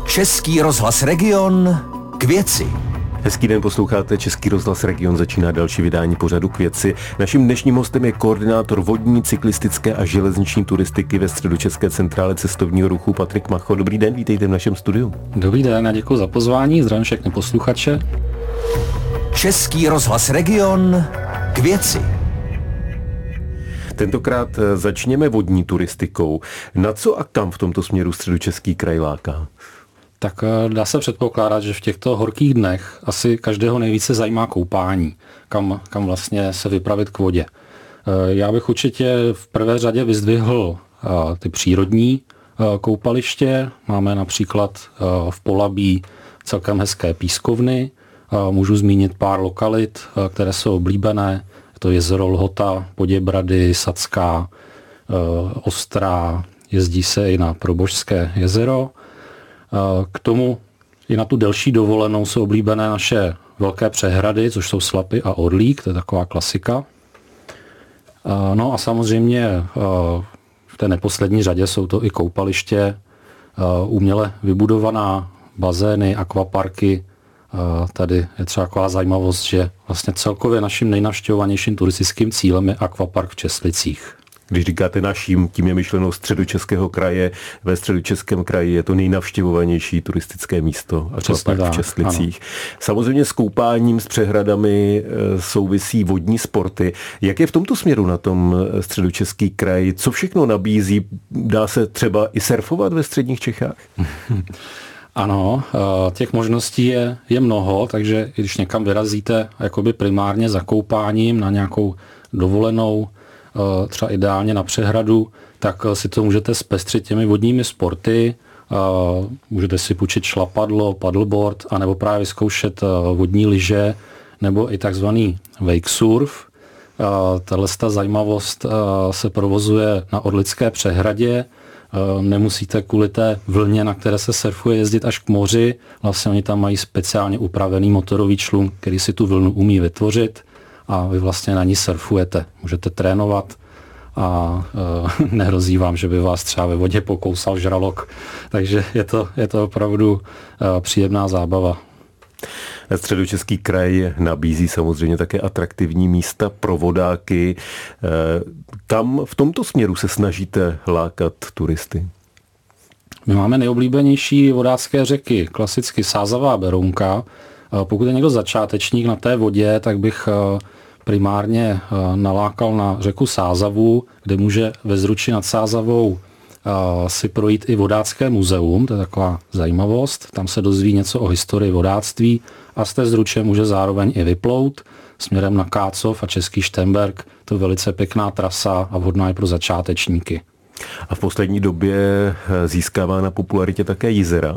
Český rozhlas Region k věci. Hezký den, posloucháte Český rozhlas Region, začíná další vydání pořadu K věci. Naším dnešním hostem je koordinátor vodní, cyklistické a železniční turistiky ve Středočeské centrále cestovního ruchu Patrik Macho. Dobrý den, vítejte v našem studiu. Dobrý den a děkuji za pozvání, zdravím všechny posluchače. Český rozhlas Region k věci. Tentokrát začněme vodní turistikou. Na co a kam v tomto směru Středočeský kraj láká? Tak dá se předpokládat, že v těchto horkých dnech asi každého nejvíce zajímá koupání, kam vlastně se vypravit k vodě. Já bych určitě v prvé řadě vyzdvihl ty přírodní koupaliště. Máme například v Polabí celkem hezké pískovny. Můžu zmínit pár lokalit, které jsou oblíbené. Je to jezero Lhota, Poděbrady, Sacká, Ostrá, jezdí se i na Probožské jezero. K tomu i na tu delší dovolenou jsou oblíbené naše velké přehrady, což jsou Slapy a Orlík, to je taková klasika. No a samozřejmě v té neposlední řadě jsou to i koupaliště, uměle vybudovaná bazény, akvaparky. Tady je třeba taková zajímavost, že vlastně celkově naším nejnavštěvovanějším turistickým cílem je akvapark v Česlicích. Když říkáte naším, tím je myšleno Středočeského kraje. Ve Středočeském kraji je to nejnavštěvovanější turistické místo akvapark v Česlicích. Ano. Samozřejmě s koupáním, s přehradami souvisí vodní sporty. Jak je v tomto směru na tom Středočeský kraj? Co všechno nabízí? Dá se třeba i surfovat ve středních Čechách? Ano, těch možností je mnoho, takže když někam vyrazíte jakoby primárně za koupáním na nějakou dovolenou, třeba ideálně na přehradu, tak si to můžete zpestřit těmi vodními sporty. Můžete si půjčit šlapadlo, paddleboard, anebo právě vyzkoušet vodní lyže, nebo i takzvaný wake surf. Tato zajímavost se provozuje na Orlické přehradě. Nemusíte kvůli té vlně, na které se surfuje, jezdit až k moři. Vlastně oni tam mají speciálně upravený motorový člun, který si tu vlnu umí vytvořit a vy vlastně na ní surfujete. Můžete trénovat a nehrozí vám, že by vás třeba ve vodě pokousal žralok. Takže je to opravdu příjemná zábava. Středočeský kraj nabízí samozřejmě také atraktivní místa pro vodáky. Kam v tomto směru se snažíte lákat turisty? My máme nejoblíbenější vodácké řeky, klasicky Sázava a Berounka. Pokud je někdo začátečník na té vodě, tak bych primárně nalákal na řeku Sázavu, kde může ve Zruči nad Sázavou si projít i vodácké muzeum, to je taková zajímavost. Tam se dozví něco o historii vodáctví a z té Zruče může zároveň i vyplout směrem na Kácov a Český Štemberk. To je velice pěkná trasa a vhodná i pro začátečníky. A v poslední době získává na popularitě také jezera?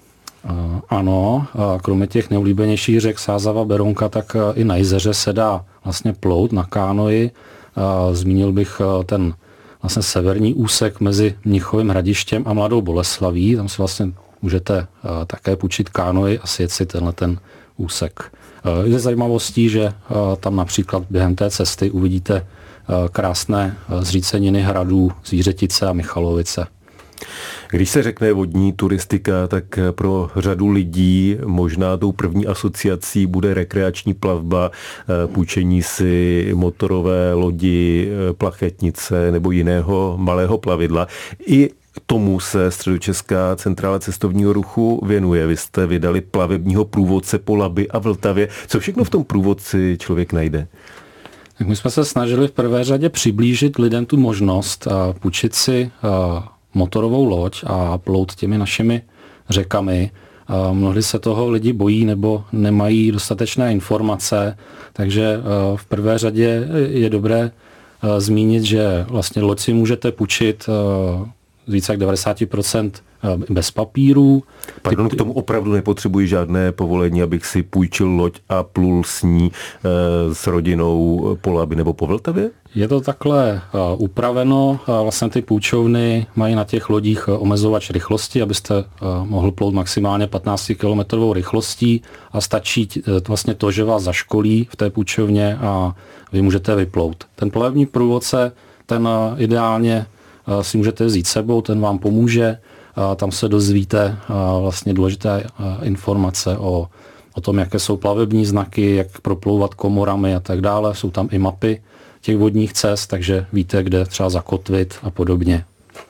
Ano, kromě těch nejoblíbenějších řek Sázava, Berounka, tak i na jezeře se dá vlastně plout na kánoji. Zmínil bych ten vlastně severní úsek mezi Mnichovým Hradištěm a Mladou Boleslaví. Tam si vlastně můžete také půjčit kánoji a sjet si ten úsek. Je zajímavostí, že tam například během té cesty uvidíte krásné zříceniny hradů Zvířetice a Michalovice. Když se řekne vodní turistika, tak pro řadu lidí možná tou první asociací bude rekreační plavba, půjčení si motorové lodi, plachetnice nebo jiného malého plavidla. I tomu se Středočeská centrála cestovního ruchu věnuje. Vy jste vydali plavebního průvodce po Labi a Vltavě. Co všechno v tom průvodci člověk najde? Tak my jsme se snažili v prvé řadě přiblížit lidem tu možnost půjčit si motorovou loď a plout těmi našimi řekami. Mnohdy se toho lidi bojí nebo nemají dostatečné informace, takže v prvé řadě je dobré zmínit, že vlastně loď si můžete půjčit více jak 90% bez papírů. Pardon, k tomu opravdu nepotřebuji žádné povolení, abych si půjčil loď a plul s ní s rodinou po Labi nebo po Vltavě? Je to takhle upraveno. Vlastně ty půjčovny mají na těch lodích omezovač rychlosti, abyste mohl plout maximálně 15 km rychlostí a stačí vlastně to, že vás zaškolí v té půjčovně a vy můžete vyplout. Ten plavební průvodce, ten ideálně si můžete vzít sebou, ten vám pomůže Tam se dozvíte vlastně důležité informace o tom, jaké jsou plavební znaky, jak proplouvat komorami a tak dále. Jsou tam i mapy těch vodních cest, takže víte, kde třeba zakotvit a podobně.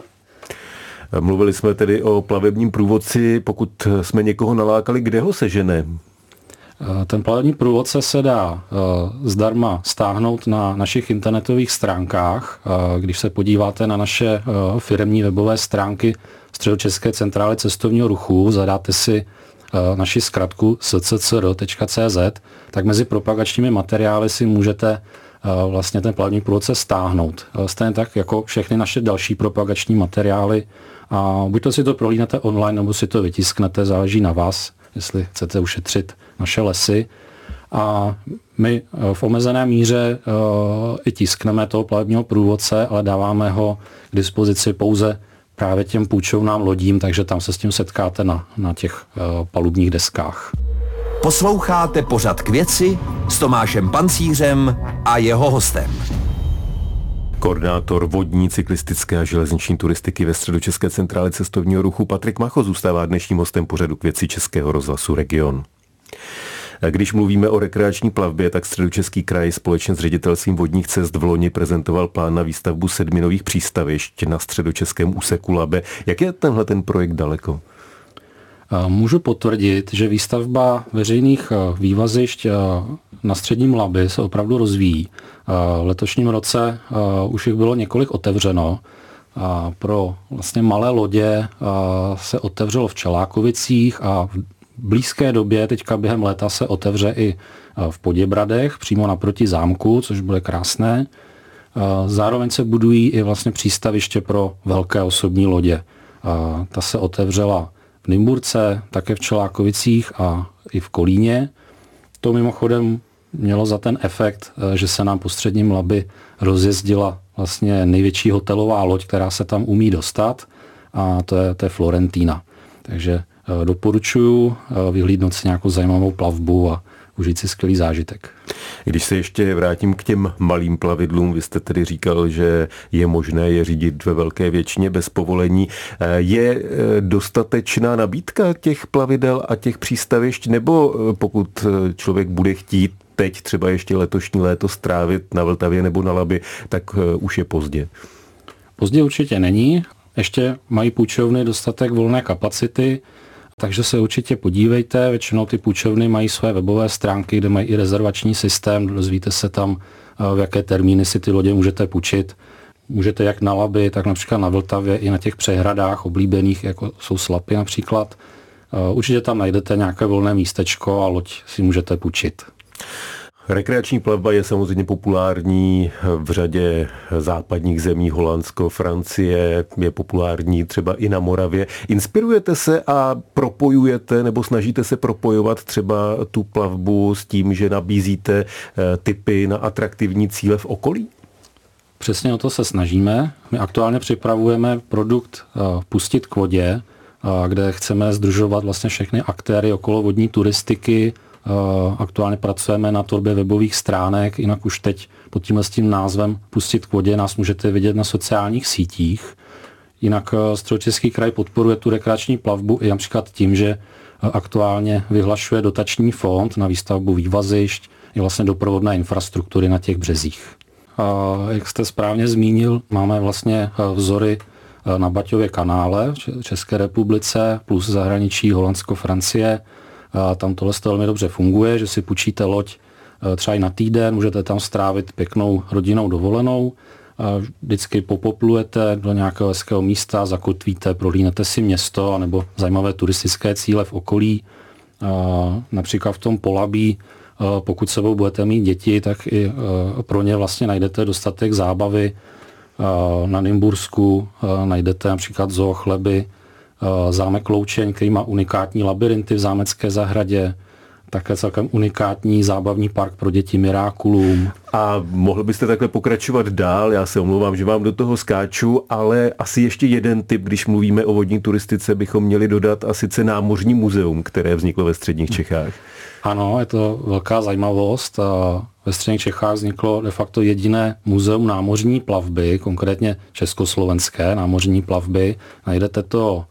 Mluvili jsme tedy o plavebním průvodci. Pokud jsme někoho nalákali, kde ho sežene? Ten plavební průvodce se dá zdarma stáhnout na našich internetových stránkách. Když se podíváte na naše firemní webové stránky Středočeské centrály cestovního ruchu, zadáte si naši zkratku sccr.cz, tak mezi propagačními materiály si můžete vlastně ten plavební průvodce stáhnout. Stejně tak jako všechny naše další propagační materiály. A buď to si to prohlídnete online, nebo si to vytisknete, záleží na vás, jestli chcete ušetřit naše lesy. A my v omezené míře i tiskneme toho plavebního průvodce, ale dáváme ho k dispozici pouze právě těm půjčovnám lodím, takže tam se s tím setkáte na těch palubních deskách. Posloucháte pořad K věci s Tomášem Pancířem a jeho hostem. Koordinátor vodní, cyklistické a železniční turistiky ve Středočeské centrále cestovního ruchu Patrik Macho zůstává dnešním hostem pořadu K věci Českého rozhlasu Region. Když mluvíme o rekreační plavbě, tak Středočeský kraj společně s ředitelstvím vodních cest v loni prezentoval plán na výstavbu 7 nových přístavišť na středočeském úseku Labe. Jak je tenhle ten projekt daleko? Můžu potvrdit, že výstavba veřejných vývazišť na středním Labi se opravdu rozvíjí. V letošním roce už jich bylo několik otevřeno. Pro vlastně malé lodě se otevřelo v Čelákovicích a v blízké době, teďka během léta, se otevře i v Poděbradech, přímo naproti zámku, což bude krásné. Zároveň se budují i vlastně přístaviště pro velké osobní lodě. Ta se otevřela v Nymburce, také v Čelákovicích a i v Kolíně. To mimochodem mělo za ten efekt, že se nám po středním Labi rozjezdila vlastně největší hotelová loď, která se tam umí dostat, a to je Florentína. Takže doporučuji vyhlídnout si nějakou zajímavou plavbu a užít si skvělý zážitek. Když se ještě vrátím k těm malým plavidlům, vy jste tedy říkal, že je možné je řídit ve velké většině bez povolení. Je dostatečná nabídka těch plavidel a těch přístavišť, nebo pokud člověk bude chtít teď třeba ještě letošní léto strávit na Vltavě nebo na Labi, tak už je pozdě? Pozdě určitě není. Ještě mají půjčovny dostatek volné kapacity, takže se určitě podívejte. Většinou ty půjčovny mají své webové stránky, kde mají i rezervační systém. Dozvíte se tam, v jaké termíny si ty lodě můžete půjčit. Můžete jak na Labi, tak například na Vltavě i na těch přehradách oblíbených, jako jsou Slapy například. Určitě tam najdete nějaké volné místečko a loď si můžete půjčit. Rekreační plavba je samozřejmě populární v řadě západních zemí, Holandsko, Francie, je populární třeba i na Moravě. Inspirujete se a propojujete nebo snažíte se propojovat třeba tu plavbu s tím, že nabízíte tipy na atraktivní cíle v okolí? Přesně o to se snažíme. My aktuálně připravujeme produkt Pustit k vodě, kde chceme sdružovat vlastně všechny aktéry okolo vodní turistiky. Aktuálně pracujeme na tvorbě webových stránek, jinak už teď pod tímhle s tím názvem Pustit k vodě nás můžete vidět na sociálních sítích. Jinak Středočeský kraj podporuje tu rekreační plavbu i například tím, že aktuálně vyhlašuje dotační fond na výstavbu vývazišť i vlastně doprovodné infrastruktury na těch březích. Jak jste správně zmínil, máme vlastně vzory na Baťově kanále v České republice plus zahraničí Holandsko, Francie. Tam tohle velmi dobře funguje, že si půjčíte loď třeba i na týden, můžete tam strávit pěknou rodinnou dovolenou, vždycky popoplujete do nějakého hezkého místa, zakotvíte, prohlídnete si město anebo zajímavé turistické cíle v okolí. Například v tom Polabí, pokud sebou budete mít děti, tak i pro ně vlastně najdete dostatek zábavy. Na Nymbursku najdete například zoo Chleby, zámek Loučeň, který má unikátní labirinty v zámecké zahradě, také celkem unikátní zábavní park pro děti Miraculum. A mohl byste takhle pokračovat dál, já se omlouvám, že vám do toho skáču, ale asi ještě jeden tip, když mluvíme o vodní turistice, bychom měli dodat, a sice Námořní muzeum, které vzniklo ve středních Čechách. Ano, je to velká zajímavost. Ve středních Čechách vzniklo de facto jediné muzeum námořní plavby, konkrétně československé námořní plavby. Najdete to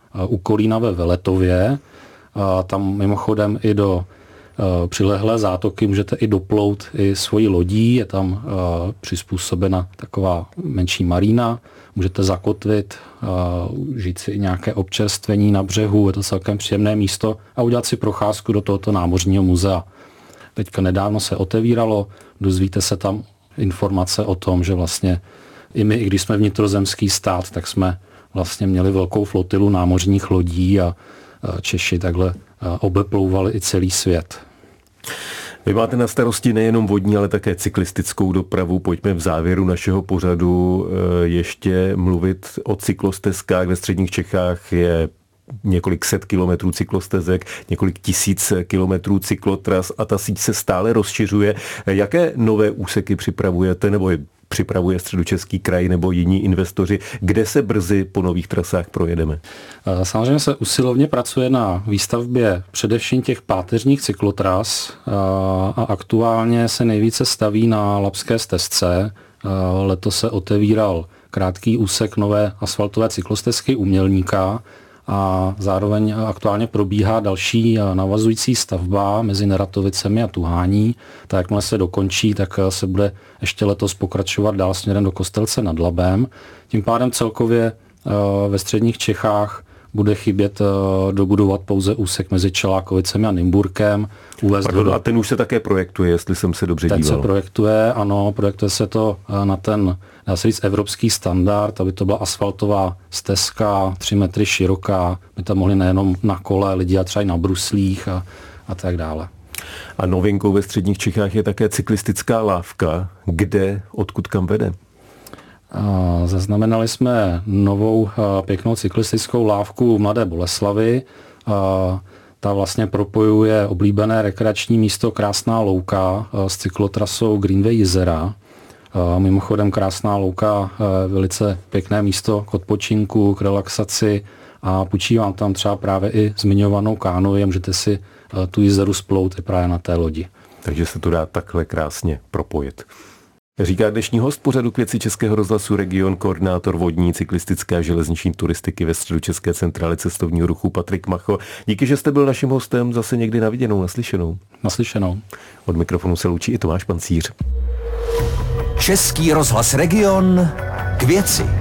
u Kolína ve Veletově. Tam mimochodem i do přilehlé zátoky můžete i doplout i svojí lodí, je tam přizpůsobena taková menší marína, můžete zakotvit, žít si i nějaké občerstvení na břehu, je to celkem příjemné místo a udělat si procházku do tohoto námořního muzea. Teďka nedávno se otevíralo, dozvíte se tam informace o tom, že vlastně i my, i když jsme vnitrozemský stát, tak jsme vlastně měli velkou flotilu námořních lodí a Češi takhle obeplouvali i celý svět. Vy máte na starosti nejenom vodní, ale také cyklistickou dopravu. Pojďme v závěru našeho pořadu ještě mluvit o cyklostezkách. Ve středních Čechách je několik set kilometrů cyklostezek, několik tisíc kilometrů cyklotras a ta síť se stále rozšiřuje. Jaké nové úseky připravujete nebo připravuje Středočeský kraj nebo jiní investoři, kde se brzy po nových trasách projedeme? Samozřejmě se usilovně pracuje na výstavbě především těch páteřních cyklotras a aktuálně se nejvíce staví na Labské stezce. Letos se otevíral krátký úsek nové asfaltové cyklostezky u Mělníka a zároveň aktuálně probíhá další navazující stavba mezi Neratovicemi a Tuhání. Tak jakmile se dokončí, tak se bude ještě letos pokračovat dál směrem do Kostelce nad Labem. Tím pádem celkově ve středních Čechách bude chybět dobudovat pouze úsek mezi Čelákovicemi a Nymburkem. A ten už se také projektuje, jestli jsem se dobře díval. Ten se projektuje, ano, projektuje se to na ten, dá se říct, evropský standard, aby to byla asfaltová stezka, 3 metry široká, by tam mohli nejenom na kole lidi a třeba i na bruslích a tak dále. A novinkou ve středních Čechách je také cyklistická lávka. Kde, odkud kam vede? Zaznamenali jsme novou pěknou cyklistickou lávku v Mladé Boleslavi. Ta vlastně propojuje oblíbené rekreační místo Krásná louka s cyklotrasou Greenway Jizera. Mimochodem Krásná louka, velice pěkné místo k odpočinku, k relaxaci a půjčí vám tam třeba právě i zmiňovanou kánoi a můžete si tu Jizeru splout i právě na té lodi. Takže se to dá takhle krásně propojit. Říká dnešní host pořadu K věci Českého rozhlasu Region, koordinátor vodní, cyklistické a železniční turistiky ve Středočeské centrále cestovního ruchu Patrik Macho. Díky, že jste byl naším hostem, zase někdy na viděnou, naslyšenou. Naslyšenou. Od mikrofonu se loučí i Tomáš Pancíř. Český rozhlas Region, K věci.